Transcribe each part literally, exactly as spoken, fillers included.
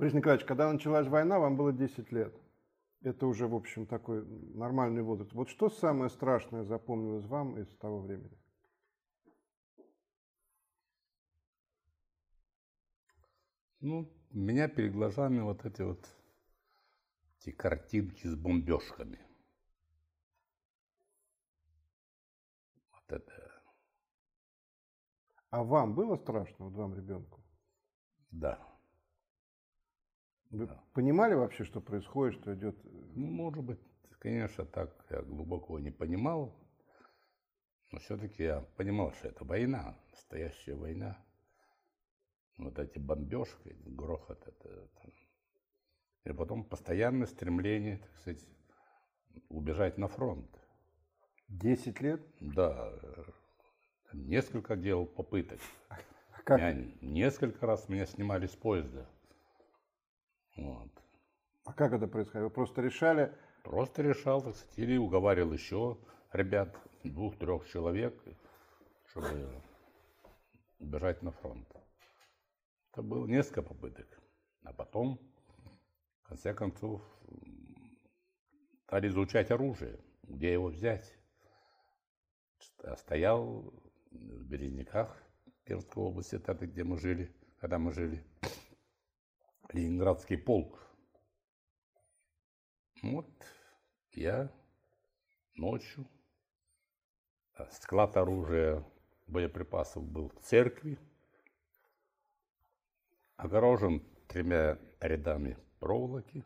Борис Николаевич, когда началась война, вам было десять лет. Это уже, в общем, такой нормальный возраст. Вот что самое страшное запомнилось вам из того времени? Ну, у меня перед глазами вот эти вот эти картинки с бомбежками. Вот это, А вам было страшно, вот вам, ребенку? да. Вы Да. понимали вообще, что происходит, что идет? Ну, может быть, конечно, так я глубоко не понимал, но все-таки я понимал, что это война, настоящая война. Вот эти бомбежки, этот грохот, это, это... И потом постоянное стремление, так сказать, убежать на фронт. Десять лет? Да, несколько делал попыток. Как? Меня, несколько раз меня снимали с поезда. Вот. А как это происходило? Вы просто решали? Просто решал, так сказать, или уговаривал еще ребят, двух-трех человек, чтобы убежать на фронт. Это было несколько попыток. А потом, в конце концов, стали изучать оружие, где его взять. Я стоял в Березниках, Пермской области, это где мы жили, когда мы жили, Ленинградский полк. Вот я ночью, склад оружия, боеприпасов был в церкви, огорожен тремя рядами проволоки.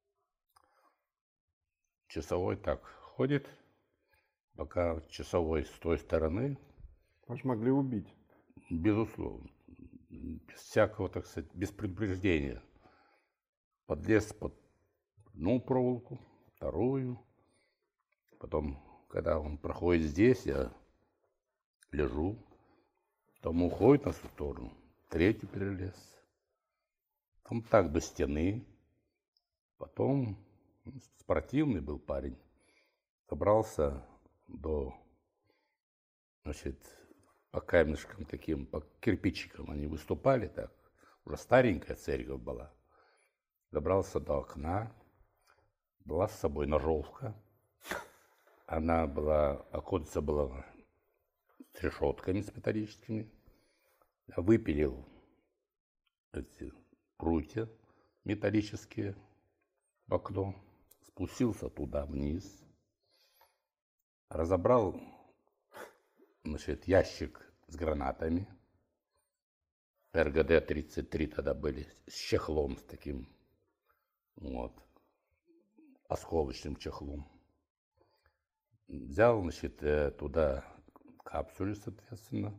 Часовой так ходит, пока часовой с той стороны. Вас могли убить. Безусловно, без всякого, так сказать, без предупреждения. Подлез под одну проволоку, вторую. Потом, когда он проходит здесь, я лежу. Потом уходит на свою сторону, третий перелез. Потом так до стены. Потом спортивный был парень. Добрался до, значит, по камешкам таким, по кирпичикам они выступали так. Уже старенькая церковь была. Добрался до окна. Была с собой ножовка. Она была, оконце было с решетками, с металлическими. Я выпилил эти прутья металлические в окно. Спустился туда вниз. Разобрал, значит, ящик с гранатами. эр гэ дэ тридцать три тогда были, с чехлом, с таким, вот, осколочным чехлом. Взял, значит, туда капсулы, соответственно.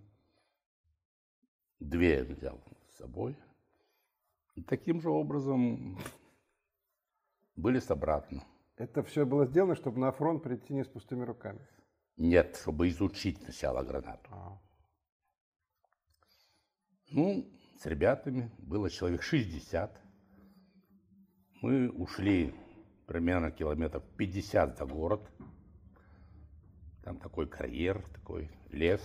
Две взял с собой. И таким же образом вылез обратно. Это все было сделано, чтобы на фронт прийти не с пустыми руками? Нет, чтобы изучить сначала гранату. А. Ну, с ребятами было человек шестьдесят. Мы ушли примерно километров пятьдесят за город. Там такой карьер, такой лес.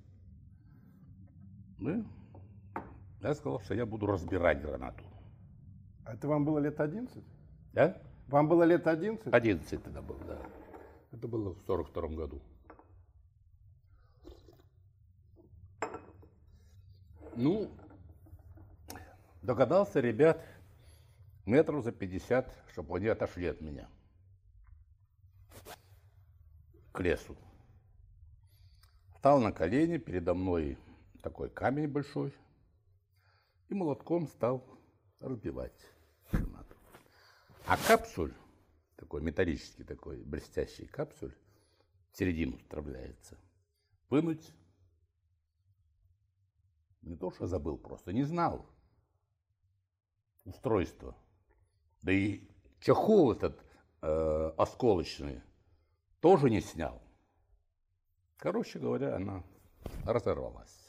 Мы, я сказал, что я буду разбирать гранату. А это вам было лет одиннадцать? Да? Вам было лет одиннадцать? одиннадцать тогда было, да. Это было в сорок втором году. Ну, догадался ребят метров за пятьдесят, чтобы они отошли от меня к лесу. Встал на колени, передо мной такой камень большой, и молотком стал разбивать гранату. А капсуль, такой металлический, такой блестящий капсуль, в середину вставляется, вынуть не то, что забыл, просто не знал устройства. Да и чехол этот э, осколочный тоже не снял. Короче говоря, она разорвалась.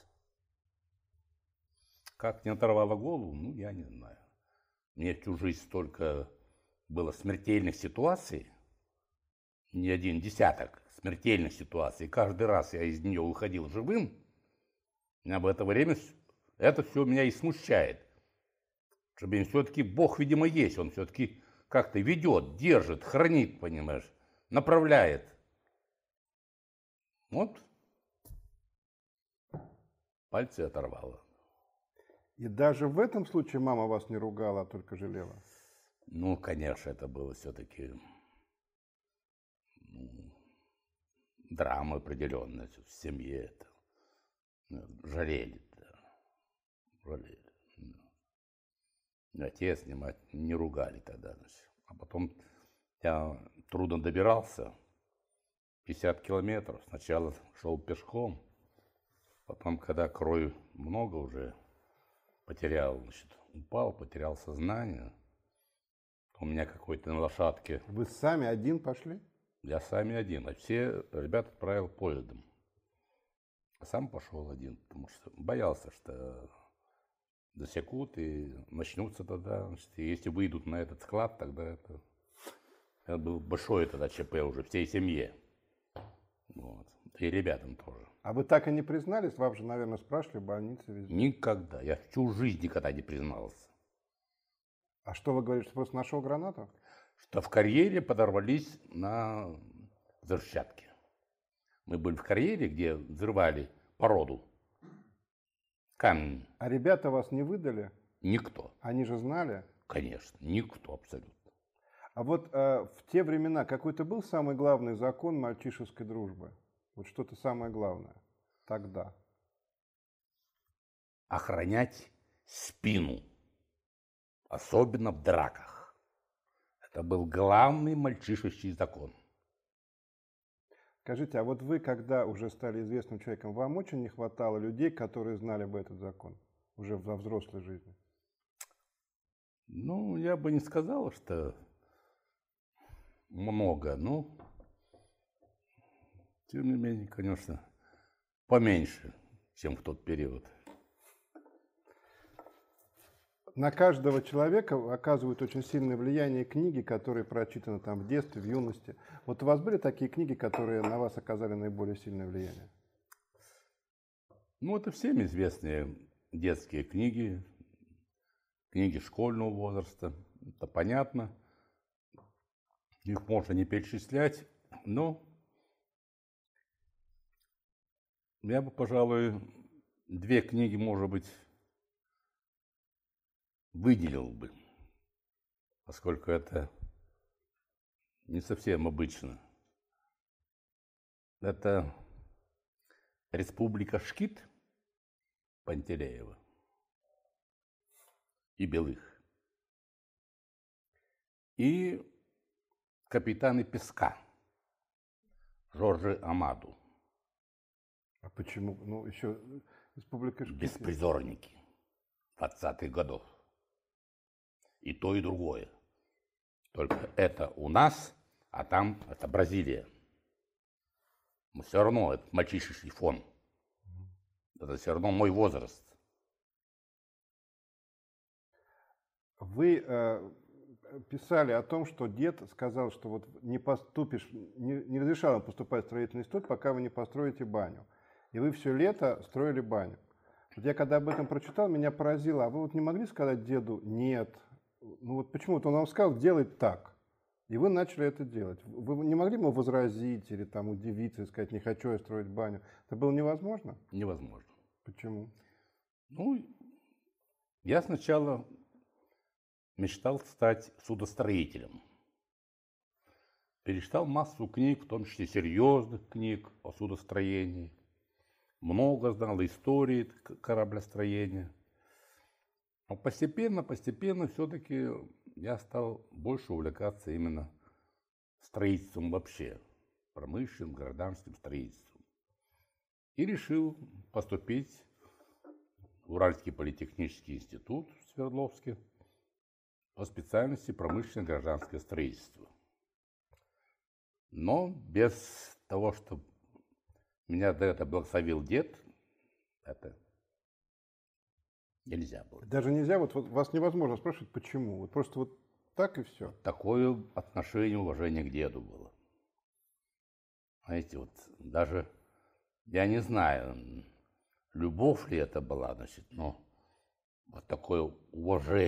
Как не оторвала голову, ну, я не знаю. Мне всю жизнь столько было смертельных ситуаций, не один десяток смертельных ситуаций. Каждый раз я из нее выходил живым. А в это время это все меня и смущает. Чтобы им все-таки Бог, видимо, есть. Он все-таки как-то ведет, держит, хранит, понимаешь, направляет. Вот пальцы оторвало. И даже в этом случае мама вас не ругала, а только жалела? Ну, конечно, это было все-таки ну, драма определенная в семье. Это. Жалели, да. Жалели. Отец, не мать не ругали тогда. Значит. А потом я трудно добирался. пятьдесят километров. Сначала шел пешком. Потом, когда крови много уже, потерял, значит, упал, потерял сознание. У меня какой-то на лошадке. Вы сами один пошли? Я сами один. А все ребят отправил поездом. А сам пошел один, потому что боялся, что засекут и начнутся тогда. Значит, и если выйдут на этот склад, тогда это, это был большое тогда ЧП уже всей семье. Вот. И ребятам тоже. А вы так и не признались? Вам же, наверное, спрашивали в больнице везде. Никогда. Я всю жизнь никогда не признался. А что вы говорите, что просто нашел гранату? Что в карьере подорвались на взрывчатке. Мы были в карьере, где взрывали породу. Камень. А ребята вас не выдали? Никто. Они же знали? Конечно, никто абсолютно. А вот э, в те времена какой-то был самый главный закон мальчишеской дружбы? Вот что-то самое главное тогда. Охранять спину. Особенно в драках. Это был главный мальчишеский закон. Скажите, а вот вы, когда уже стали известным человеком, вам очень не хватало людей, которые знали бы этот закон уже во взрослой жизни? Ну, я бы не сказал, что много, но тем не менее, конечно, поменьше, чем в тот период. На каждого человека оказывают очень сильное влияние книги, которые прочитаны там в детстве, в юности. Вот у вас были такие книги, которые на вас оказали наиболее сильное влияние? Ну, это всем известные детские книги, книги школьного возраста. Это понятно. Их можно не перечислять, но я бы, пожалуй, две книги, может быть, выделил бы, поскольку это не совсем обычно. Это «Республика Шкит» Пантелеева и Белых. И «Капитаны песка» Жоржа Амаду. А почему? Ну, еще «Республика Шкит». «Беспризорники» двадцатых годов. И то, и другое. Только это у нас, а там это Бразилия. Но все равно это мальчишеский фон. Это все равно мой возраст. Вы э, писали о том, что дед сказал, что вот не поступишь, не, не разрешал вам поступать в строительный институт, пока вы не построите баню. И вы все лето строили баню. Вот я когда об этом прочитал, меня поразило. А вы вот не могли сказать деду «нет»? Ну вот почему-то он вам сказал «делай так». И вы начали это делать. Вы не могли ему возразить или там удивиться и сказать «не хочу я строить баню»? Это было невозможно? Невозможно. Почему? Ну, я сначала мечтал стать судостроителем. Перечитал массу книг, в том числе серьезных книг о судостроении. Много знал истории кораблестроения. Но постепенно, постепенно все-таки я стал больше увлекаться именно строительством вообще, промышленным, гражданским строительством. И решил поступить в Уральский политехнический институт в Свердловске по специальности промышленное гражданское строительство. Но без того, что меня до этого благословил дед, это нельзя было. Даже нельзя, вот, вот вас невозможно спрашивать, почему. Вот просто вот так и все. Такое отношение, уважение к деду было. Знаете, вот даже, я не знаю, любовь ли это была, значит, но вот такое уважение, такая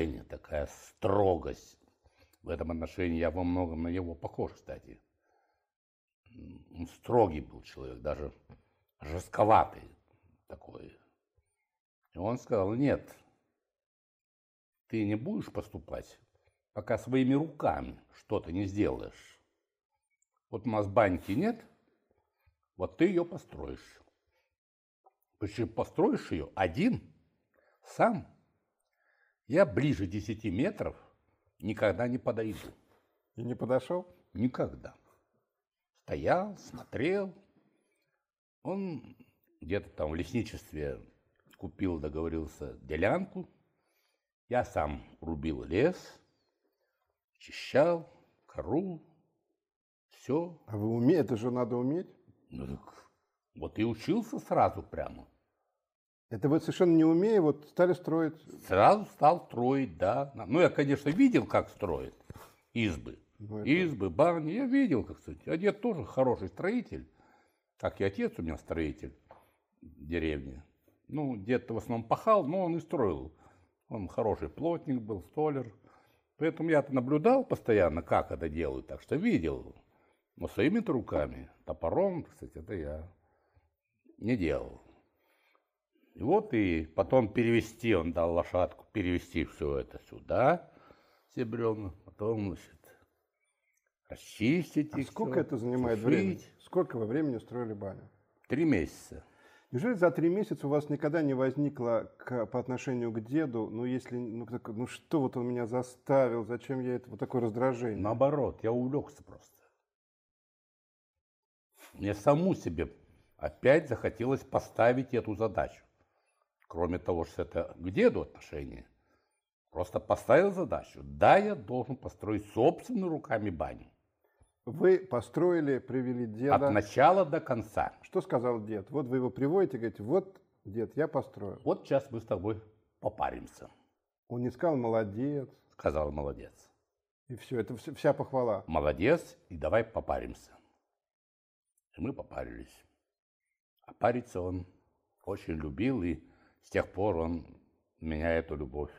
такая строгость. В этом отношении я во многом на него похож, кстати. Он строгий был человек, даже жестковатый такой. И он сказал: нет, ты не будешь поступать, пока своими руками что-то не сделаешь. Вот у нас баньки нет, вот ты ее построишь. Причем построишь ее один, сам. Я ближе десяти метров никогда не подойду. И не подошел? Никогда. Стоял, смотрел. Он где-то там в лесничестве купил, договорился, делянку. Я сам рубил лес, чищал, кору, все. А вы умеете? Это же надо уметь. Ну так вот и учился сразу прямо. Это вы совершенно не умея, вот стали строить. Сразу стал строить, да. Ну, я, конечно, видел, как строят избы. Ну, это- Избы, бани, я видел, как строить. А дед тоже хороший строитель. Как и отец у меня строитель в деревне. Ну, дед в основном пахал, но он и строил. Он хороший плотник был, столяр. Поэтому я-то наблюдал постоянно, как это делают, так что видел. Но своими-то руками, топором, кстати, это я не делал. И вот и потом перевести, он дал лошадку, перевести все это сюда, все бревна, потом, значит, расчистить А их. сколько всё, это занимает сушить. времени? Сколько вы времени строили баню? Три месяца. Неужели за три месяца у вас никогда не возникло к- по отношению к деду, ну если, ну, так- ну что вот он меня заставил, зачем я это, вот такое раздражение? Наоборот, я увлекся просто. Мне саму себе опять захотелось поставить эту задачу. Кроме того, что это к деду отношение, просто поставил задачу. Да, я должен построить собственными руками баню. Вы построили, привели деда. От начала до конца. Что сказал дед? Вот вы его приводите, говорите, вот, дед, я построил. Вот сейчас мы с тобой попаримся, Он не сказал молодец, сказал молодец. и все, это вс- вся похвала. Молодец, и давай попаримся. И мы попарились. А париться он очень любил, и с тех пор он меня эту любовь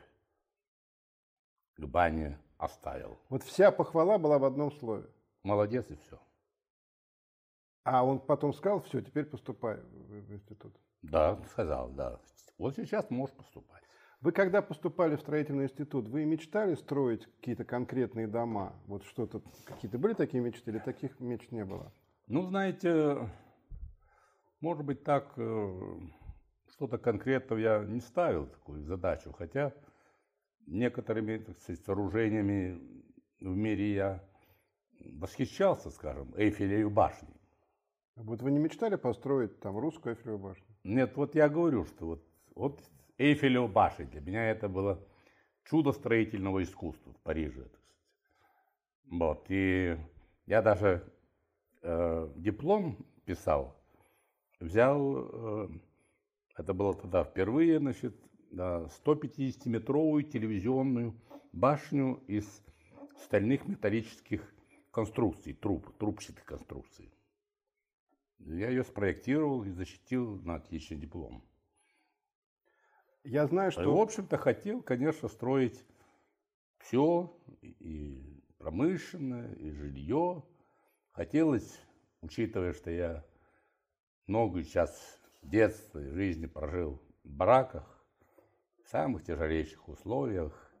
к бане оставил. Вот вся похвала была в одном слове. Молодец, и все. А он потом сказал, все, теперь поступай в в институт. Да, сказал, да. Вот сейчас можешь поступать. Вы когда поступали в строительный институт, вы мечтали строить какие-то конкретные дома? Вот что-то, какие-то были такие мечты или таких мечт не было? Ну, знаете, может быть, так э, что-то конкретного я не ставил такую задачу, хотя некоторыми, так сказать, сооружениями в мире я восхищался, скажем, Эйфелевой башней. Вот вы не мечтали построить там русскую Эйфелеву башню? Нет, вот я говорю, что вот, вот Эйфелева башня для меня это было чудо строительного искусства в Париже. Так сказать. Вот, и я даже э, диплом писал, взял, э, это было тогда впервые, значит, да, сто пятидесятиметровую телевизионную башню из стальных металлических конструкций, труб, трубчатых конструкций. Я ее спроектировал и защитил на отличный диплом. Я знаю, И, в что... общем-то, хотел, конечно, строить все, и промышленное, и жилье. Хотелось, учитывая, что я многую часть детства и жизни прожил в бараках, в самых тяжелейших условиях,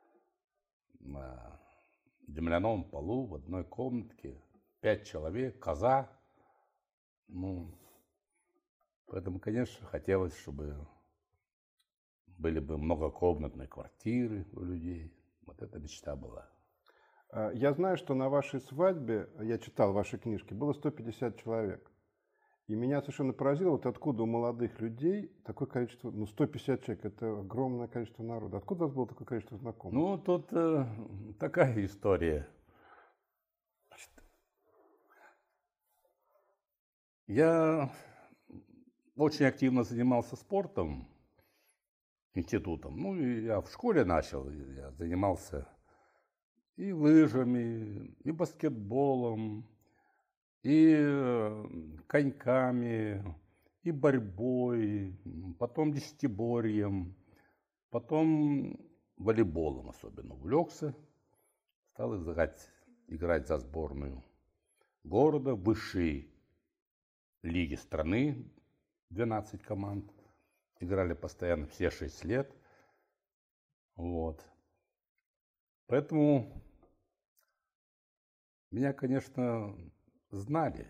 на земляном полу, в одной комнатке, пять человек, коза. Ну, поэтому, конечно, хотелось, чтобы были бы многокомнатные квартиры у людей. Вот эта мечта была. э, Я знаю, что на вашей свадьбе, я читал ваши книжки, было сто пятьдесят человек. И меня совершенно поразило, вот откуда у молодых людей такое количество, ну, сто пятьдесят человек, это огромное количество народа. Откуда у вас было такое количество знакомых? Ну, тут э, такая история. Значит, я очень активно занимался спортом, институтом. Ну, и я в школе начал, и я занимался и лыжами, и баскетболом, и э, коньками, и борьбой, потом десятиборьем, потом волейболом особенно увлекся. Стал играть, играть за сборную города, высшей лиги страны, двенадцать команд. Играли постоянно все шесть лет. Вот. Поэтому меня, конечно, знали.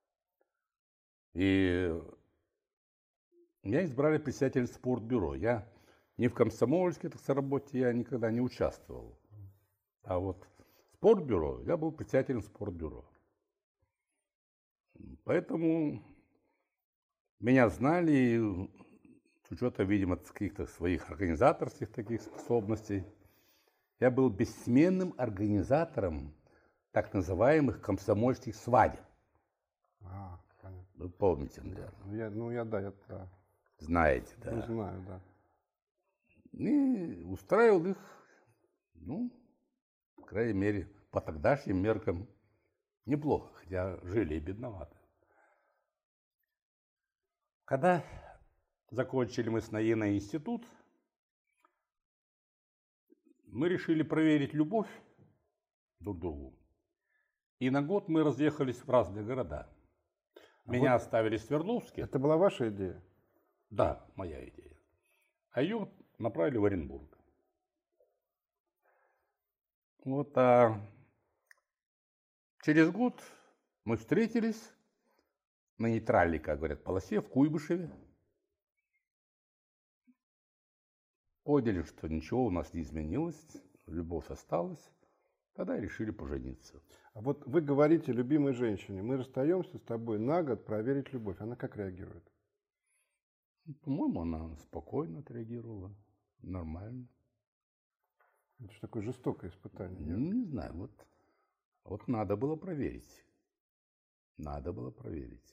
И меня избрали председателем спортбюро. Я ни в комсомольской так, работе я никогда не участвовал. А вот спортбюро, я был председателем спортбюро. Поэтому меня знали, и с учетом, видимо, каких-то своих организаторских таких способностей, я был бессменным организатором так называемых комсомольских свадеб. А, понятно. Вы помните, наверное. Я, ну, я, да, я, да. Знаете, да. Ну, знаю, да. И устраивал их, ну, по крайней мере, по тогдашним меркам неплохо, хотя жили и бедновато. Когда закончили мы с Наиной институт, мы решили проверить любовь друг к другу. И на год мы разъехались в разные города. Меня вот оставили в Свердловске. Это была ваша идея? Да, моя идея. А ее направили в Оренбург. Вот, а через год мы встретились на нейтральной, как говорят, полосе в Куйбышеве. Поняли, что ничего у нас не изменилось, любовь осталась. Тогда решили пожениться. А вот вы говорите любимой женщине, мы расстаемся с тобой на год проверить любовь. Она как реагирует? По-моему, она спокойно отреагировала, нормально. Это же такое жестокое испытание. Ну, не знаю, вот, вот надо было проверить. Надо было проверить.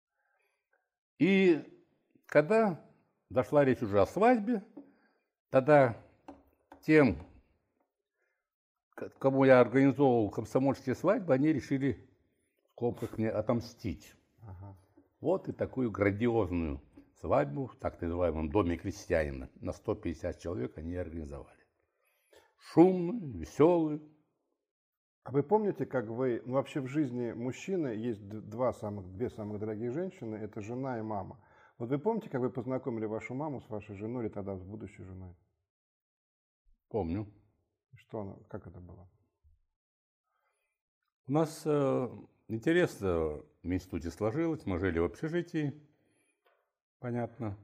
И когда дошла речь уже о свадьбе, тогда тем, кому я организовывал комсомольские свадьбы, они решили в скобках мне отомстить. Ага. Вот и такую грандиозную свадьбу в так называемом доме крестьянина на сто пятьдесят человек они организовали. Шумную, веселую. А вы помните, как вы, ну вообще в жизни мужчины есть два самых, две самых дорогие женщины, это жена и мама. Вот вы помните, как вы познакомили вашу маму с вашей женой или тогда с будущей женой? Помню. Что она, как это было? У нас э, интересно в институте сложилось, мы жили в общежитии, понятно.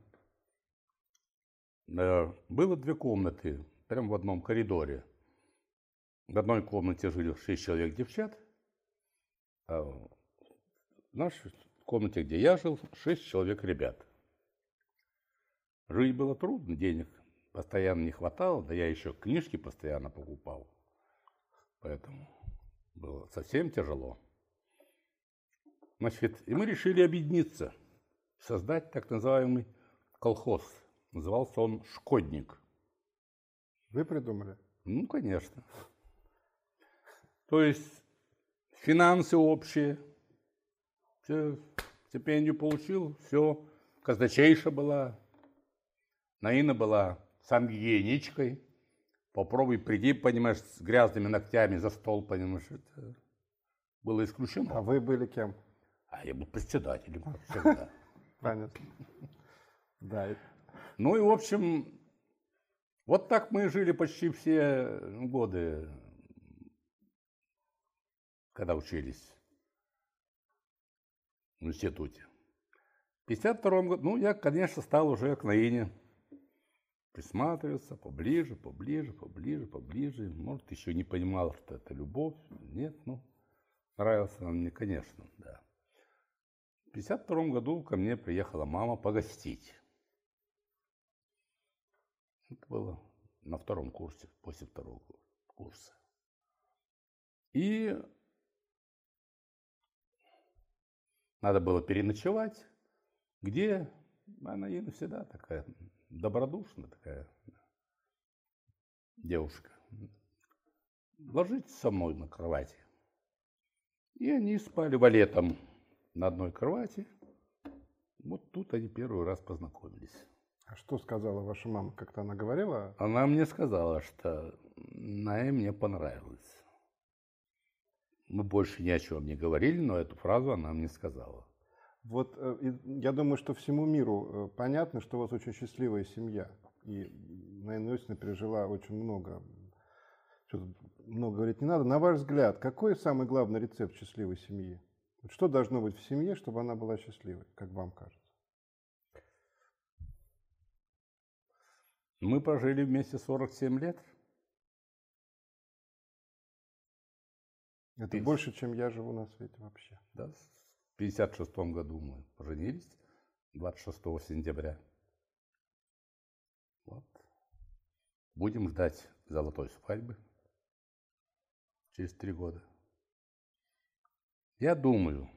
Э, было две комнаты, прямо в одном коридоре. В одной комнате жили шесть человек девчат, а в нашей комнате, где я жил, шесть человек ребят. Жить было трудно, денег постоянно не хватало, да я еще книжки постоянно покупал, поэтому было совсем тяжело. Значит, и мы решили объединиться, создать так называемый колхоз. Назывался он «Шкодник». Вы придумали? Ну, конечно. То есть финансы общие, все, стипендию получил, все, казначейша была, Наина была сангигиеничкой. Попробуй приди, понимаешь, с грязными ногтями за стол, понимаешь, это было исключено. А вы были кем? А я был председателем, как всегда. Понятно. Да. Ну и, в общем, вот так мы жили почти все годы, когда учились в институте. В пятьдесят втором году, ну, я, конечно, стал уже к Наине присматриваться поближе, поближе, поближе, поближе. Может, еще не понимал, что это любовь. Нет, ну, нравился он мне, конечно, да. В пятьдесят втором году ко мне приехала мама погостить. Это было на втором курсе, после второго курса. И надо было переночевать, где она всегда такая добродушная такая девушка. Ложитесь со мной на кровати. И они спали валетом на одной кровати. Вот тут они первый раз познакомились. А что сказала ваша мама? Как-то она говорила? Она мне сказала, что Наэ мне понравилась. Мы больше ни о чем не говорили, но эту фразу она мне сказала. Вот э, и я думаю, что всему миру э, понятно, что у вас очень счастливая семья. И Наина Иосифовна пережила очень много. Что-то много говорить не надо. На ваш взгляд, какой самый главный рецепт счастливой семьи? Вот что должно быть в семье, чтобы она была счастливой, как вам кажется? Мы прожили вместе сорок семь лет. Это Пис- больше, чем я живу на свете вообще. Да, в пятьдесят шестом году мы поженились, двадцать шестого сентября. Вот. Будем ждать золотой свадьбы через три года. Я думаю,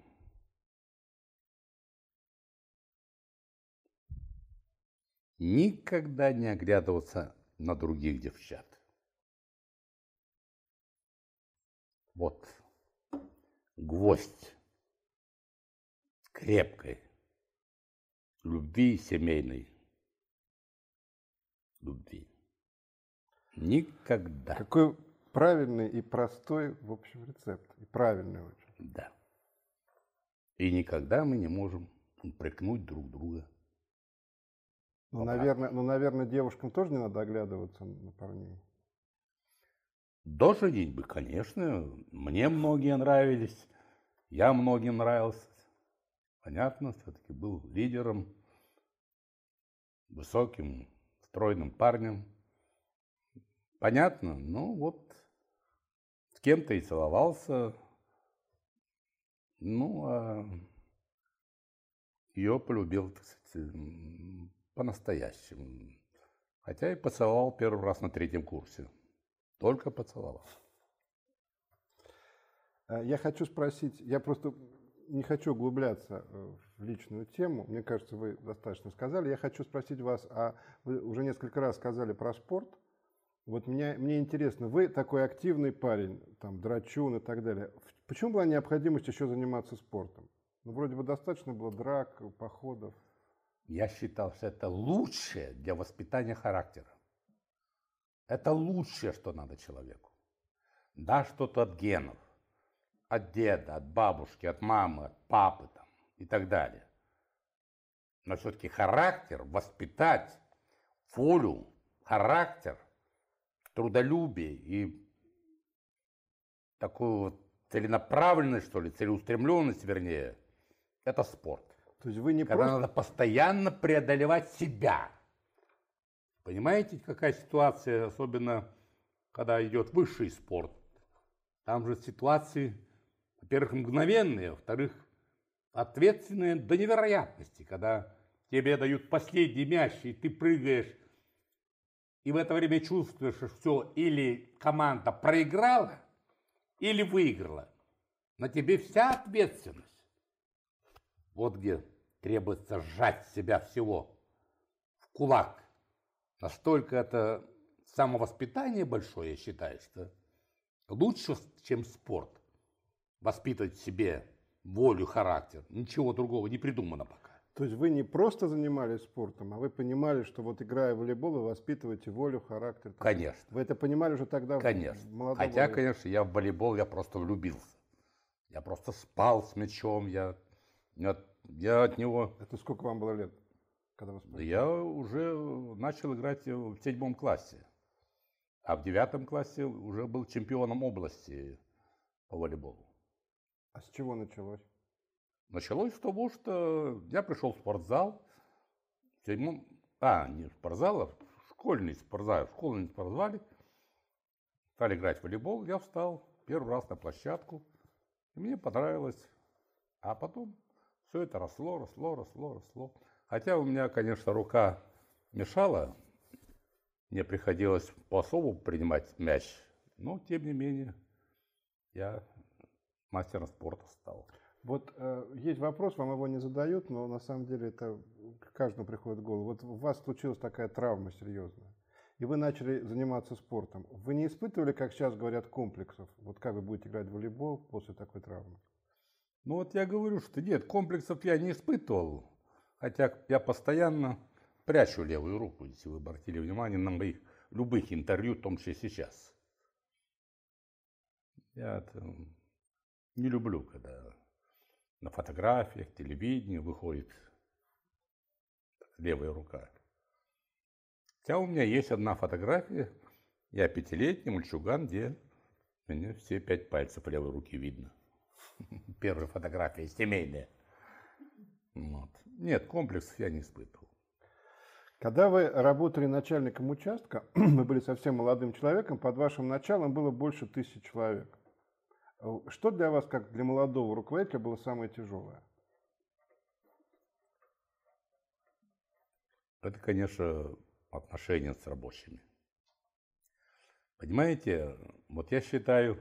никогда не оглядываться на других девчат. Вот гвоздь крепкой любви, семейной любви. Никогда. Какой правильный и простой, в общем, рецепт. И правильный очень. Да. И никогда мы не можем упрекнуть друг друга. Ну, Вот наверное, ну, наверное, девушкам тоже не надо оглядываться на парней. До женитьбы, конечно. Мне многие нравились. Я многим нравился. Понятно, все-таки был лидером, высоким, стройным парнем. Понятно, ну вот с кем-то и целовался. Ну, а ее полюбил, так сказать, по-настоящему. Хотя и поцеловал первый раз на третьем курсе. Только поцеловал. Я хочу спросить, я просто не хочу углубляться в личную тему, мне кажется, вы достаточно сказали. Я хочу спросить вас, а вы уже несколько раз сказали про спорт. Вот меня, мне интересно, вы такой активный парень, там, драчун и так далее. Почему была необходимость еще заниматься спортом? Ну, вроде бы достаточно было драк, походов. Я считал, что это лучшее для воспитания характера. Это лучшее, что надо человеку. Да, что-то от генов, от деда, от бабушки, от мамы, от папы там, и так далее. Но все-таки характер, воспитать, волю, характер, трудолюбие и такую вот целенаправленность, что ли, целеустремленность, вернее, это спорт. То есть вы не Когда просто... надо постоянно преодолевать себя. Понимаете, какая ситуация, особенно когда идет высший спорт? Там же ситуации, во-первых, мгновенные, во-вторых, ответственные до невероятности, когда тебе дают последний мяч, и ты прыгаешь, и в это время чувствуешь, что все, или команда проиграла, или выиграла. На тебе вся ответственность. Вот где требуется сжать себя всего в кулак. Настолько это самовоспитание большое, я считаю, что лучше, чем спорт, воспитывать в себе волю, характер. Ничего другого не придумано пока. То есть вы не просто занимались спортом, а вы понимали, что вот играя в волейбол, вы воспитываете волю, характер. Конечно. Вы это понимали уже тогда? Конечно. В молодом Хотя, возрасте? конечно, я в волейбол я просто влюбился. Я просто спал с мячом, я, я, я от него... Это сколько вам было лет, когда вы спали? Я уже начал играть в седьмом классе. А в девятом классе уже был чемпионом области по волейболу. А с чего началось? Началось с того, что я пришел в спортзал, в седьмом, а, не в спортзал, а в школьный спортзал, в школьном спортзале, стали играть в волейбол, я встал первый раз на площадку, и мне понравилось. А потом все это росло, росло, росло, росло. Хотя у меня, конечно, рука мешала, мне приходилось по-особому принимать мяч, но, тем не менее, я мастером спорта стал. Вот э, есть вопрос, вам его не задают, но на самом деле это к каждому приходит в голову. Вот у вас случилась такая травма серьезная, и вы начали заниматься спортом. Вы не испытывали, как сейчас говорят, комплексов? Вот как вы будете играть в волейбол после такой травмы? Ну вот я говорю, что нет, комплексов я не испытывал, хотя я постоянно прячу левую руку, если вы обратили внимание на моих любых интервью, в том числе сейчас. Я это не люблю, когда на фотографиях, телевидении выходит левая рука. Хотя у меня есть одна фотография, я пятилетний мальчуган, где мне все пять пальцев левой руки видно. Первая фотография семейная. Вот. Нет, комплексов я не испытывал. Когда вы работали начальником участка, вы были совсем молодым человеком, под вашим началом было больше тысячи человек. Что для вас, как для молодого руководителя, было самое тяжелое? Это, конечно, отношения с рабочими. Понимаете, вот я считаю,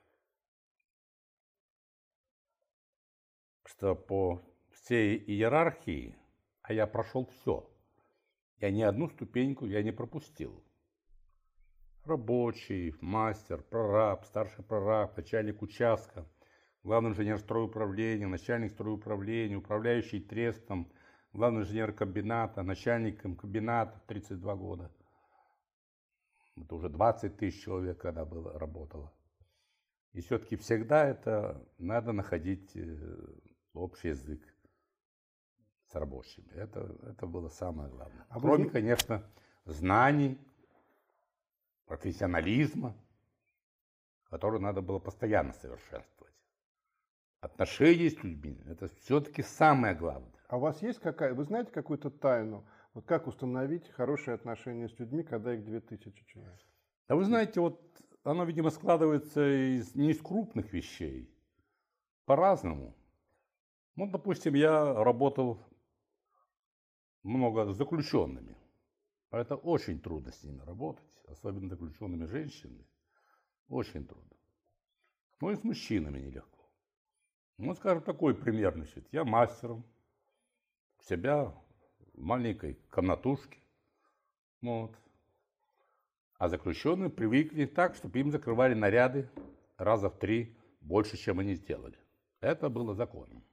что по всей иерархии, а я прошел все, я ни одну ступеньку я не пропустил. Рабочий, мастер, прораб, старший прораб, начальник участка, главный инженер стройуправления, начальник стройуправления, управляющий трестом, главный инженер комбината, начальником комбината в тридцать два года. Это уже двадцать тысяч человек, когда было, работало. И все-таки всегда это надо находить общий язык с рабочими. Это, это было самое главное. А Кроме, вы... конечно, знаний, профессионализма, который надо было постоянно совершенствовать. Отношения с людьми – это все-таки самое главное. А у вас есть какая, вы знаете какую-то тайну? Вот как установить хорошие отношения с людьми, когда их две тысячи человек? А вы знаете, вот оно, видимо, складывается из, не из крупных вещей, по-разному. Ну, допустим, я работал много с заключенными. Это очень трудно с ними работать, особенно заключенными женщинами. Очень трудно. Ну и с мужчинами нелегко. Ну, скажем, такой пример, значит, я мастером у себя в маленькой комнатушке. Вот. А заключенные привыкли так, чтобы им закрывали наряды раза в три больше, чем они сделали. Это было законом.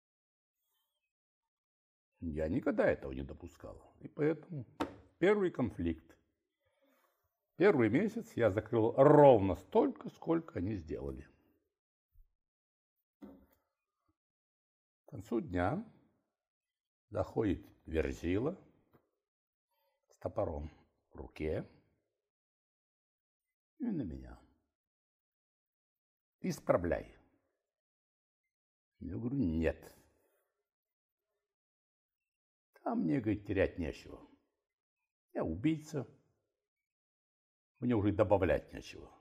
Я никогда этого не допускал. И поэтому первый конфликт. Первый месяц я закрыл ровно столько, сколько они сделали. К концу дня заходит Верзила с топором в руке и на меня. Исправляй. Я говорю, нет. А мне, говорит, терять нечего. Я убийца. Мне уже добавлять нечего.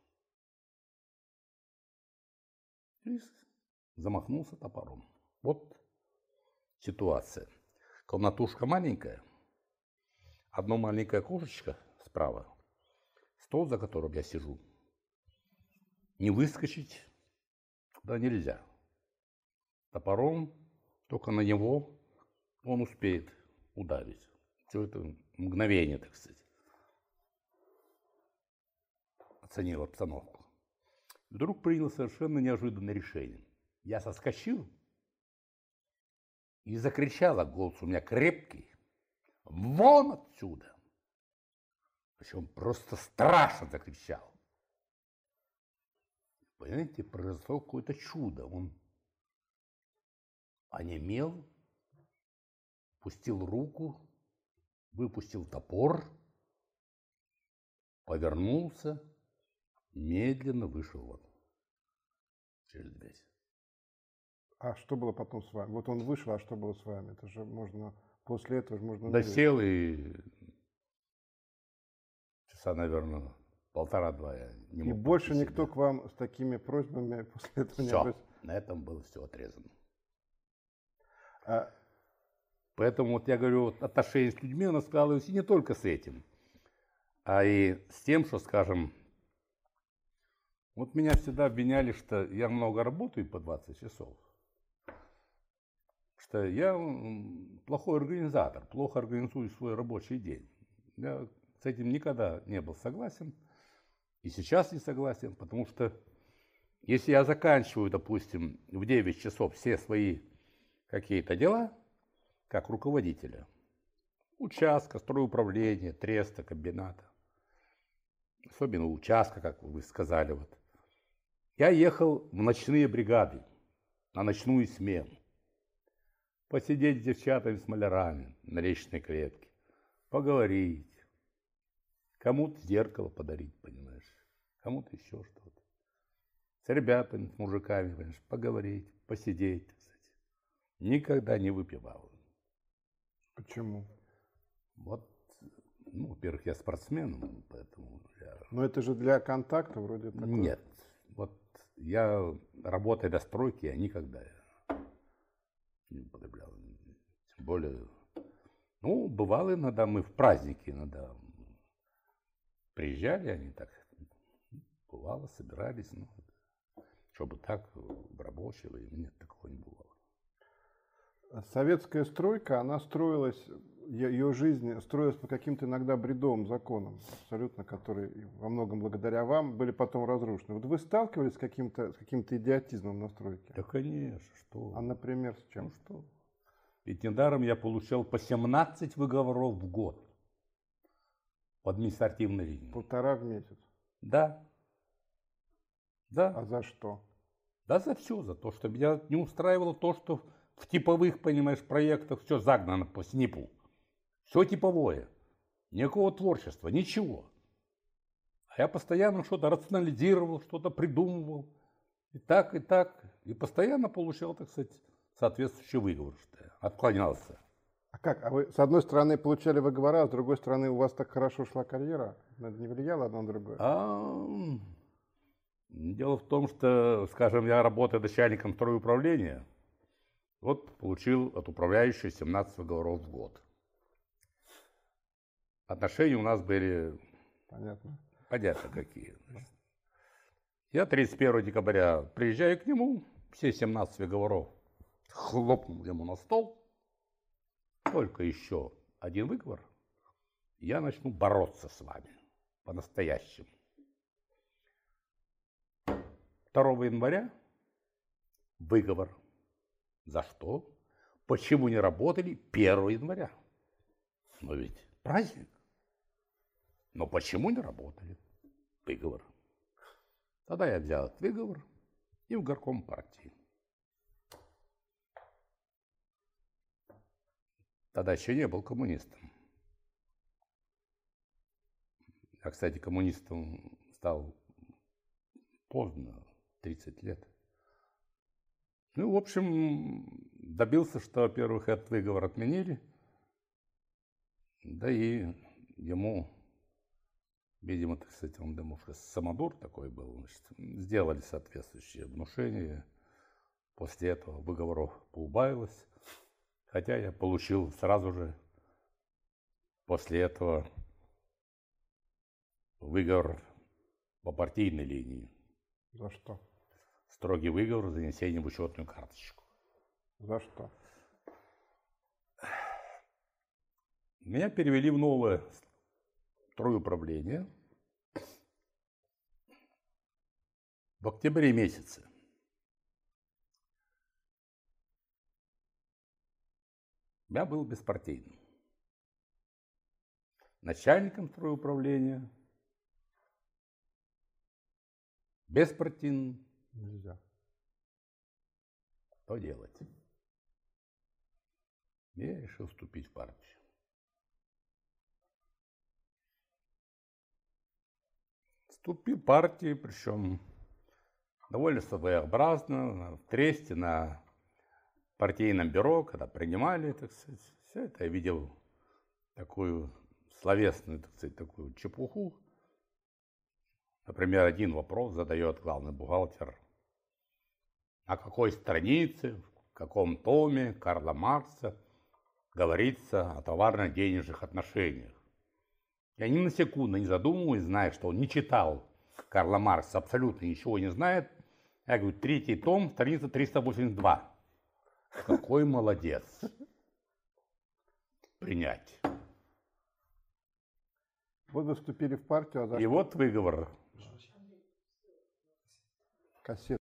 И замахнулся топором. Вот ситуация. Комнатушка маленькая. Одно маленькое окошечко справа. Стол, за которым я сижу. Не выскочить туда нельзя. Топором только на него он успеет ударить. Все это мгновение, так сказать. Оценил обстановку. Вдруг принял совершенно неожиданное решение. Я соскочил и закричал, а голос у меня крепкий. Вон отсюда! Причем просто страшно закричал. Понимаете, произошло какое-то чудо. Он онемел, пустил руку, выпустил топор, повернулся, медленно вышел вот через дверь. А что было потом с вами? Вот он вышел, а что было с вами? Это же можно, после этого же можно... Да сел и часа, наверное, полтора-два я не мог. И больше никто себя. К вам с такими просьбами после этого все, не обращался? На этом было все отрезано. А... Поэтому вот я говорю, вот отношения с людьми у нас складывались и не только с этим, а и с тем, что, скажем, вот меня всегда обвиняли, что я много работаю по двадцать часов, что я плохой организатор, плохо организую свой рабочий день. Я с этим никогда не был согласен и сейчас не согласен, потому что если я заканчиваю, допустим, в девять часов все свои какие-то дела, как руководителя, Участка, стройуправления, треста, комбината. Особенно участка, как вы сказали. Вот. Я ехал в ночные бригады, на ночную смену. Посидеть с девчатами-смолярами на лестничной клетке, поговорить. Кому-то зеркало подарить, понимаешь, кому-то еще что-то. С ребятами, с мужиками, понимаешь, поговорить, посидеть. Кстати. Никогда не выпивал. Почему? Вот, ну, во-первых, я спортсмен, поэтому я... Но это же для контакта вроде такое. Нет, вот я, работая до стройки, я никогда не употреблял. Тем более, ну, бывало иногда, мы в праздники иногда приезжали, они так, бывало, собирались, ну, чтобы так в рабочего, и нет, такого не бывало. Советская стройка, она строилась, ее жизнь строилась по каким-то иногда бредовым законам, абсолютно, которые во многом благодаря вам были потом разрушены. Вот вы сталкивались с каким-то с каким-то идиотизмом на стройке? Да, конечно, что? А, например, с чем? Ну что? Ведь недаром я получал по семнадцать выговоров в год по административной линии. Полтора в месяц? Да. Да. А за что? Да за все, за то, что меня не устраивало то, что в типовых, понимаешь, проектах все загнано по снипу. Все типовое. Никакого творчества, ничего. А я постоянно что-то рационализировал, что-то придумывал. И так, и так. И постоянно получал, так сказать, соответствующий выговор, что я отклонялся. А как? А вы, с одной стороны, получали выговора, а с другой стороны, у вас так хорошо шла карьера? Это не влияло одно на другое? А, дело в том, что, скажем, я работаю начальником стройуправления, вот получил от управляющего семнадцать выговоров в год. Отношения у нас были... Понятно. Понятно какие. Я тридцать первого декабря приезжаю к нему, все семнадцать выговоров хлопнул ему на стол. Только еще один выговор, я начну бороться с вами по-настоящему. второго января выговор. За что? Почему не работали первого января? Но ведь праздник. Но почему не работали? Выговор. Тогда я взял этот выговор и в горком партии. Тогда еще не был коммунистом. Я, кстати, коммунистом стал поздно, тридцать лет. Ну, в общем, добился, что, во-первых, этот выговор отменили, да и ему, видимо, так сказать, он, думаю, что самодур такой был, значит, сделали соответствующее внушение. После этого выговоров поубавилось, хотя я получил сразу же после этого выговор по партийной линии. За что? Строгий выговор за занесение в учетную карточку. За что? Меня перевели в новое стройуправление в октябре месяце. Я был беспартийным. Начальником стройуправления, беспартийным. Нельзя. Что делать? Я решил вступить в партию. Вступил в партию, причем довольно своеобразно, в тресте, на партийном бюро, когда принимали, так сказать, все это я видел такую словесную, так сказать, такую чепуху. Например, один вопрос задает главный бухгалтер. На какой странице, в каком томе Карла Маркса говорится о товарно-денежных отношениях? Я ни на секунду не задумываюсь, зная, что он не читал Карла Маркса, абсолютно ничего не знает. Я говорю, третий том, страница триста восемьдесят два. Какой молодец. Принять. Вот вы вступили в партию, а за И что? вот выговор. Кассета.